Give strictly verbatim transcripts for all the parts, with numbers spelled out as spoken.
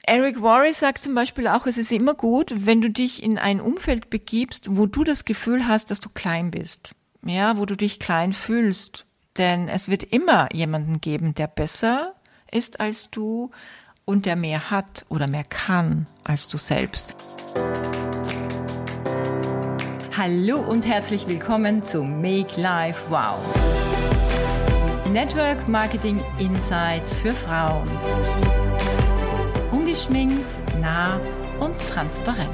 Eric Worre sagt zum Beispiel auch, es ist immer gut, wenn du dich in ein Umfeld begibst, wo du das Gefühl hast, dass du klein bist. Ja, wo du dich klein fühlst. Denn es wird immer jemanden geben, der besser ist als du und der mehr hat oder mehr kann als du selbst. Hallo und herzlich willkommen zu Make Life Wow. Network Marketing Insights für Frauen. Ungeschminkt, nah und transparent.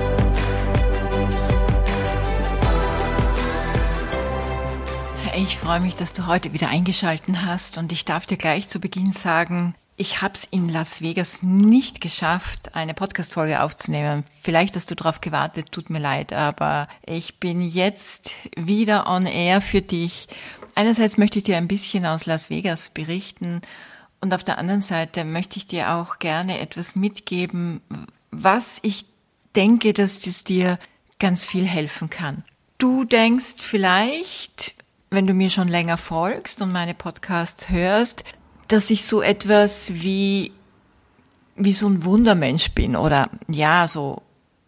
Ich freue mich, dass du heute wieder eingeschaltet hast und ich darf dir gleich zu Beginn sagen, ich habe es in Las Vegas nicht geschafft, eine Podcast-Folge aufzunehmen. Vielleicht hast du darauf gewartet, tut mir leid, aber ich bin jetzt wieder on air für dich. Einerseits möchte ich dir ein bisschen aus Las Vegas berichten und auf der anderen Seite möchte ich dir auch gerne etwas mitgeben, was ich denke, dass das dir ganz viel helfen kann. Du denkst vielleicht, wenn du mir schon länger folgst und meine Podcasts hörst, dass ich so etwas wie, wie so ein Wundermensch bin oder ja, so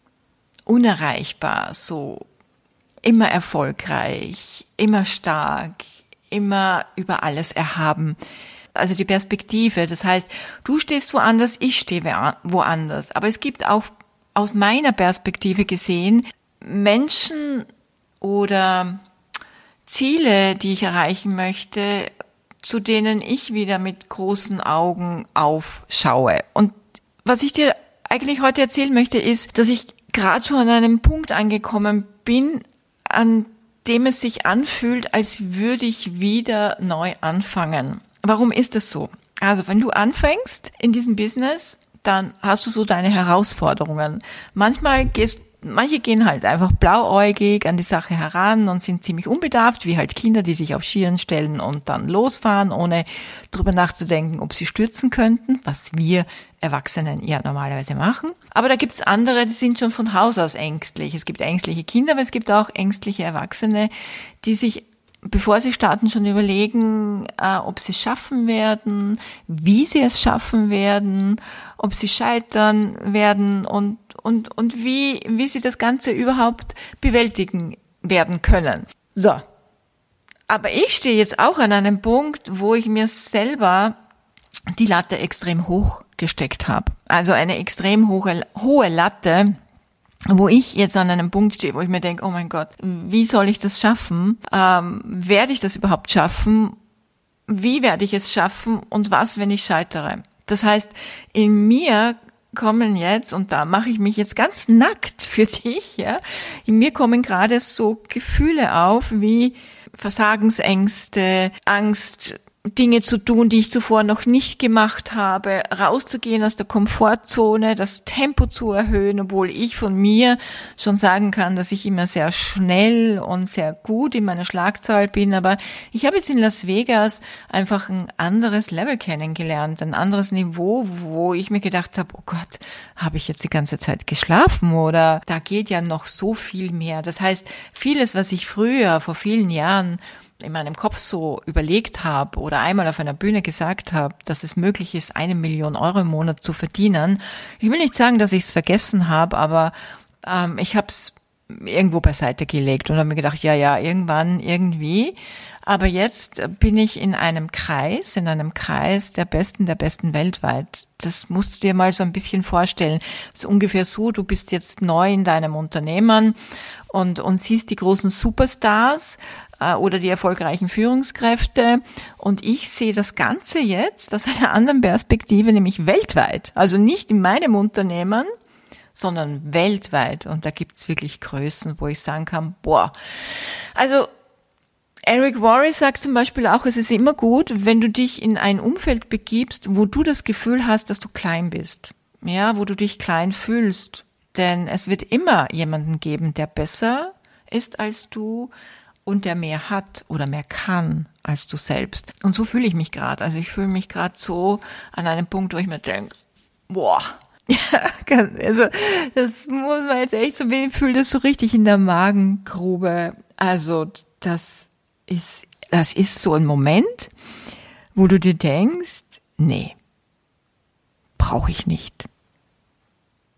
unerreichbar, so immer erfolgreich, immer stark, immer über alles erhaben. Also die Perspektive, das heißt, du stehst woanders, ich stehe woanders. Aber es gibt auch aus meiner Perspektive gesehen Menschen oder Ziele, die ich erreichen möchte, zu denen ich wieder mit großen Augen aufschaue. Und was ich dir eigentlich heute erzählen möchte, ist, dass ich gerade so an einem Punkt angekommen bin, an dem es sich anfühlt, als würde ich wieder neu anfangen. Warum ist das so? Also, wenn du anfängst in diesem Business, dann hast du so deine Herausforderungen. Manchmal gehst Manche gehen halt einfach blauäugig an die Sache heran und sind ziemlich unbedarft, wie halt Kinder, die sich auf Skiern stellen und dann losfahren, ohne drüber nachzudenken, ob sie stürzen könnten, was wir Erwachsenen ja normalerweise machen. Aber da gibt's andere, die sind schon von Haus aus ängstlich. Es gibt ängstliche Kinder, aber es gibt auch ängstliche Erwachsene, die sich, bevor sie starten, schon überlegen, äh, ob sie es schaffen werden, wie sie es schaffen werden, ob sie scheitern werden und und und wie wie sie das Ganze überhaupt bewältigen werden können. So. Aber ich stehe jetzt auch an einem Punkt, wo ich mir selber die Latte extrem hoch gesteckt habe. Also eine extrem hohe hohe Latte, wo ich jetzt an einem Punkt stehe, wo ich mir denke, oh mein Gott, wie soll ich das schaffen? Ähm, werde ich das überhaupt schaffen? Wie werde ich es schaffen? Und was, wenn ich scheitere? Das heißt, in mir kommen jetzt, und da mache ich mich jetzt ganz nackt für dich, ja, in mir kommen gerade so Gefühle auf wie Versagensängste, Angst, Dinge zu tun, die ich zuvor noch nicht gemacht habe, rauszugehen aus der Komfortzone, das Tempo zu erhöhen, obwohl ich von mir schon sagen kann, dass ich immer sehr schnell und sehr gut in meiner Schlagzahl bin, aber ich habe jetzt in Las Vegas einfach ein anderes Level kennengelernt, ein anderes Niveau, wo ich mir gedacht habe, oh Gott, habe ich jetzt die ganze Zeit geschlafen oder da geht ja noch so viel mehr. Das heißt, vieles, was ich früher, vor vielen Jahren in meinem Kopf so überlegt habe oder einmal auf einer Bühne gesagt habe, dass es möglich ist, eine Million Euro im Monat zu verdienen. Ich will nicht sagen, dass ich es vergessen habe, aber ähm, ich habe es irgendwo beiseite gelegt und habe mir gedacht, ja, ja, irgendwann, irgendwie. Aber jetzt bin ich in einem Kreis, in einem Kreis der Besten, der Besten weltweit. Das musst du dir mal so ein bisschen vorstellen. Es ist ungefähr so, du bist jetzt neu in deinem Unternehmen und, und siehst die großen Superstars äh, oder die erfolgreichen Führungskräfte. Und ich sehe das Ganze jetzt aus einer anderen Perspektive, nämlich weltweit. Also nicht in meinem Unternehmen, sondern weltweit. Und da gibt's wirklich Größen, wo ich sagen kann, boah, also Eric Worre sagt zum Beispiel auch, es ist immer gut, wenn du dich in ein Umfeld begibst, wo du das Gefühl hast, dass du klein bist. Ja, wo du dich klein fühlst. Denn es wird immer jemanden geben, der besser ist als du und der mehr hat oder mehr kann als du selbst. Und so fühle ich mich gerade. Also ich fühle mich gerade so an einem Punkt, wo ich mir denke, boah, ja, also das muss man jetzt echt so, ich fühle das so richtig in der Magengrube. Also das ist, das ist so ein Moment, wo du dir denkst, nee, brauche ich nicht.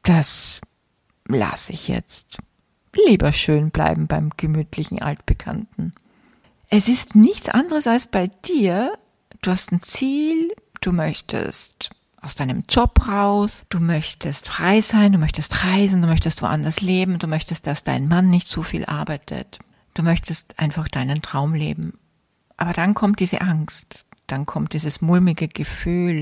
das lasse ich jetzt. Lieber schön bleiben beim gemütlichen Altbekannten. Es ist nichts anderes als bei dir. Du hast ein Ziel, du möchtest aus deinem Job raus, du möchtest frei sein, du möchtest reisen, du möchtest woanders leben, du möchtest, dass dein Mann nicht so viel arbeitet. Du möchtest einfach deinen Traum leben. Aber dann kommt diese Angst, dann kommt dieses mulmige Gefühl,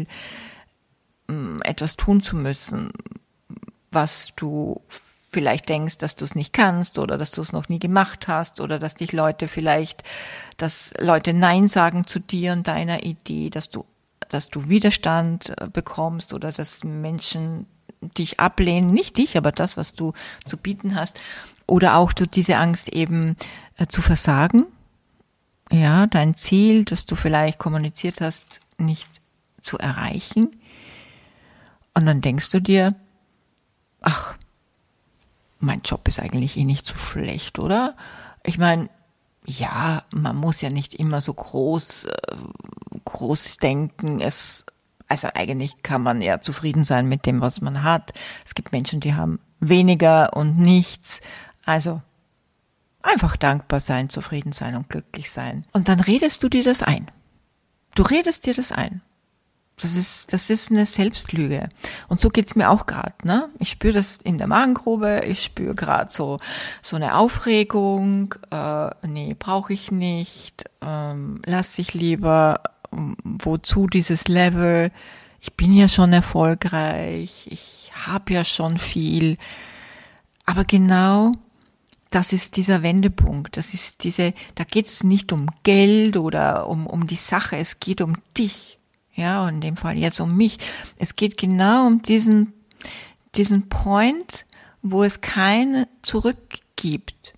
etwas tun zu müssen, was du vielleicht denkst, dass du es nicht kannst oder dass du es noch nie gemacht hast oder dass dich Leute vielleicht, dass Leute Nein sagen zu dir und deiner Idee, dass du, dass du Widerstand bekommst oder dass Menschen dich ablehnen, nicht dich, aber das, was du zu bieten hast. Oder auch du diese Angst eben äh, zu versagen, ja, dein Ziel, das du vielleicht kommuniziert hast, nicht zu erreichen. Und dann denkst du dir, ach, mein Job ist eigentlich eh nicht so schlecht, oder? Ich meine, ja, man muss ja nicht immer so groß, groß denken. Es, also eigentlich kann man ja zufrieden sein mit dem, was man hat. Es gibt Menschen, die haben weniger und nichts. Also einfach dankbar sein, zufrieden sein und glücklich sein. Und dann redest du dir das ein. Du redest dir das ein. Das ist, das ist eine Selbstlüge. Und so geht's mir auch gerade, ne? Ich spüre das in der Magengrube, ich spüre gerade so, so eine Aufregung, äh, nee, brauche ich nicht, ähm, lass ich lieber, wozu dieses Level? Ich bin ja schon erfolgreich, ich habe ja schon viel. Aber genau das ist dieser Wendepunkt, das ist diese, da geht's nicht um Geld oder um, um die Sache, es geht um dich. Ja, und in dem Fall jetzt um mich. Es geht genau um diesen, diesen Point, wo es kein Zurück gibt.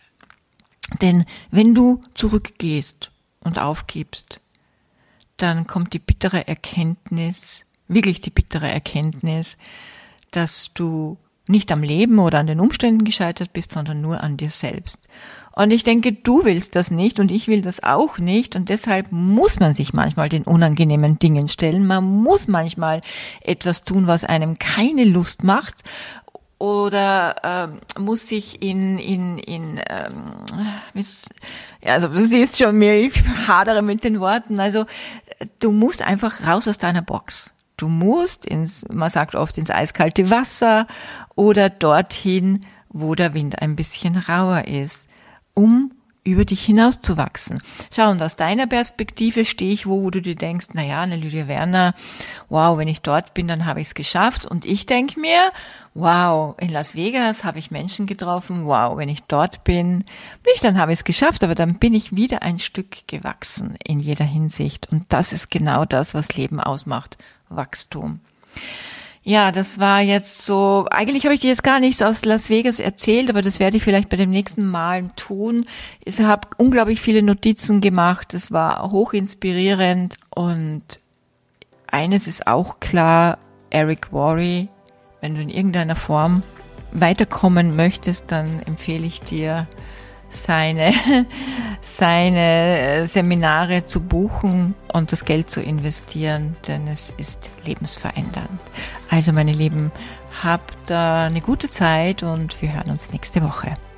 Denn wenn du zurückgehst und aufgibst, dann kommt die bittere Erkenntnis, wirklich die bittere Erkenntnis, dass du nicht am Leben oder an den Umständen gescheitert bist, sondern nur an dir selbst. Und ich denke, du willst das nicht und ich will das auch nicht und deshalb muss man sich manchmal den unangenehmen Dingen stellen. Man muss manchmal etwas tun, was einem keine Lust macht oder ähm, muss sich in in in ähm, also du siehst schon mir, ich hadere mit den Worten. Also du musst einfach raus aus deiner Box. Du musst ins, man sagt oft ins eiskalte Wasser oder dorthin, wo der Wind ein bisschen rauer ist, um über dich hinauszuwachsen. Schau, und aus deiner Perspektive stehe ich wo, wo du dir denkst, na ja, eine Lydia Werner, wow, wenn ich dort bin, dann habe ich es geschafft. Und ich denke mir, wow, in Las Vegas habe ich Menschen getroffen, wow, wenn ich dort bin, nicht, dann habe ich es geschafft, aber dann bin ich wieder ein Stück gewachsen in jeder Hinsicht. Und das ist genau das, was Leben ausmacht, Wachstum. Ja, das war jetzt so, eigentlich habe ich dir jetzt gar nichts aus Las Vegas erzählt, aber das werde ich vielleicht bei dem nächsten Mal tun. Ich habe unglaublich viele Notizen gemacht, es war hoch inspirierend und eines ist auch klar, Eric Worre, wenn du in irgendeiner Form weiterkommen möchtest, dann empfehle ich dir, seine, seine Seminare zu buchen und das Geld zu investieren, denn es ist lebensverändernd. Also meine Lieben, habt eine gute Zeit und wir hören uns nächste Woche.